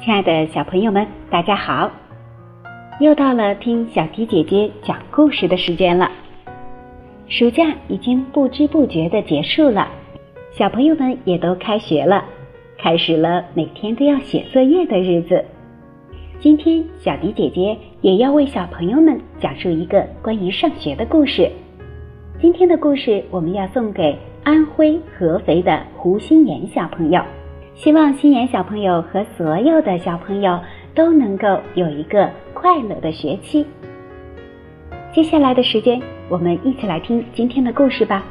亲爱的小朋友们，大家好！又到了听小迪姐姐讲故事的时间了。暑假已经不知不觉地结束了，小朋友们也都开学了，开始了每天都要写作业的日子。今天小迪姐姐也要为小朋友们讲述一个关于上学的故事。今天的故事我们要送给安徽合肥的胡心妍小朋友，希望心妍小朋友和所有的小朋友都能够有一个快乐的学期。接下来的时间，我们一起来听今天的故事吧。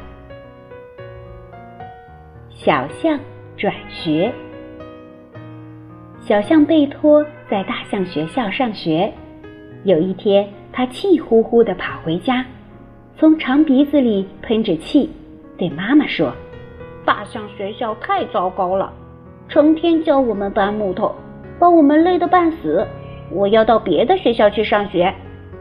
小象转学。小象贝托在大象学校上学，有一天他气呼呼地跑回家，从长鼻子里喷着气，对妈妈说：大象学校太糟糕了，成天教我们搬木头，把我们累得半死，我要到别的学校去上学。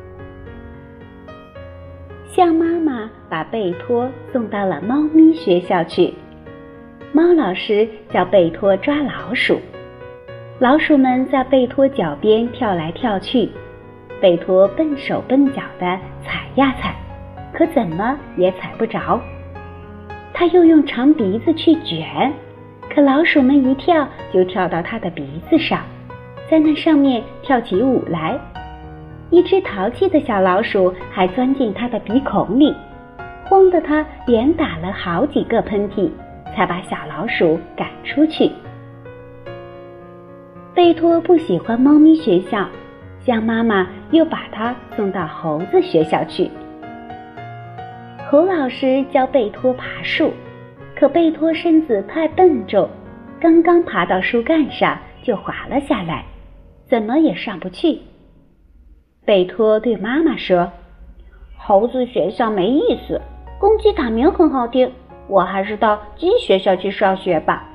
象妈妈把贝托送到了猫咪学校去，猫老师叫贝托抓老鼠，老鼠们在贝托脚边跳来跳去，贝托笨手笨脚地踩呀踩，可怎么也踩不着。他又用长鼻子去卷，可老鼠们一跳就跳到他的鼻子上，在那上面跳起舞来。一只淘气的小老鼠还钻进他的鼻孔里，慌得他连打了好几个喷嚏，才把小老鼠赶出去。贝托不喜欢猫咪学校，象妈妈又把他送到猴子学校去。猴老师教贝托爬树，可贝托身子太笨重，刚刚爬到树干上就滑了下来，怎么也上不去。贝托对妈妈说：猴子学校没意思，公鸡打鸣很好听，我还是到鸡学校去上学吧。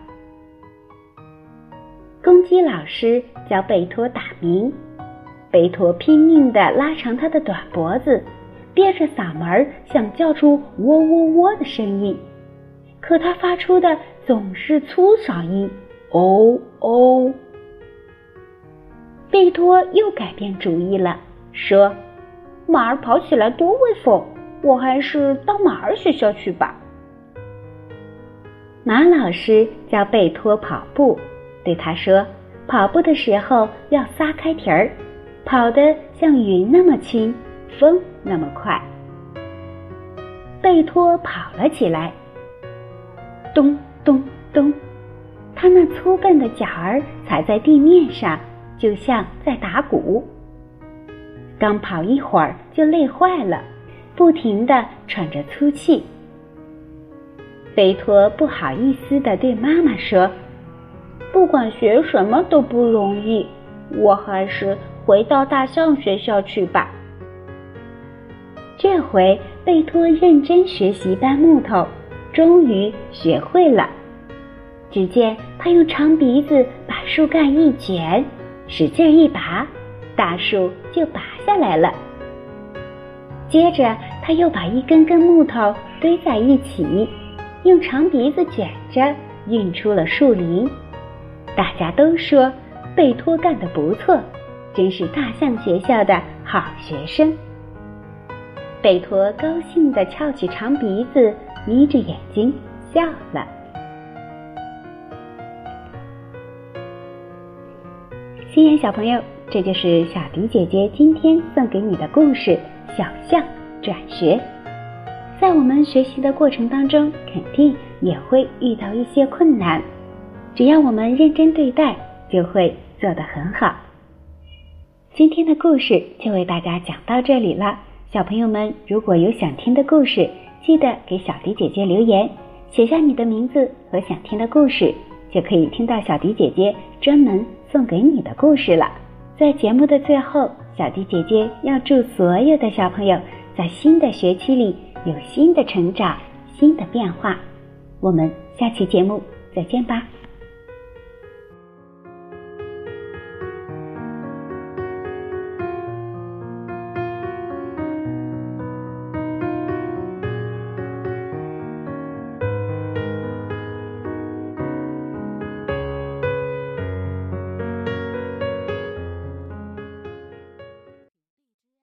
公鸡老师教贝托打鸣，贝托拼命地拉长他的短脖子，憋着嗓门想叫出喔喔喔的声音，可他发出的总是粗嗓音，哦哦。贝托又改变主意了，说：马儿跑起来多威风，我还是到马儿学校去吧。马老师教贝托跑步，对他说：跑步的时候要撒开蹄儿，跑得像云那么轻，风那么快。贝托跑了起来，咚咚咚，他那粗笨的脚儿踩在地面上，就像在打鼓。刚跑一会儿就累坏了，不停地喘着粗气。贝托不好意思地对妈妈说：不管学什么都不容易，我还是回到大象学校去吧。这回贝托认真学习搬木头，终于学会了。只见他用长鼻子把树干一卷，使劲一拔，大树就拔下来了。接着他又把一根根木头堆在一起，用长鼻子卷着运出了树林。大家都说贝托干得不错，真是大象学校的好学生。贝托高兴地翘起长鼻子，眯着眼睛笑了。心妍小朋友，这就是小迪姐姐今天送给你的故事《小象转学》。在我们学习的过程当中，肯定也会遇到一些困难，只要我们认真对待，就会做得很好。今天的故事就为大家讲到这里了。小朋友们如果有想听的故事，记得给小迪姐姐留言，写下你的名字和想听的故事，就可以听到小迪姐姐专门送给你的故事了。在节目的最后，小迪姐姐要祝所有的小朋友在新的学期里有新的成长，新的变化。我们下期节目再见吧。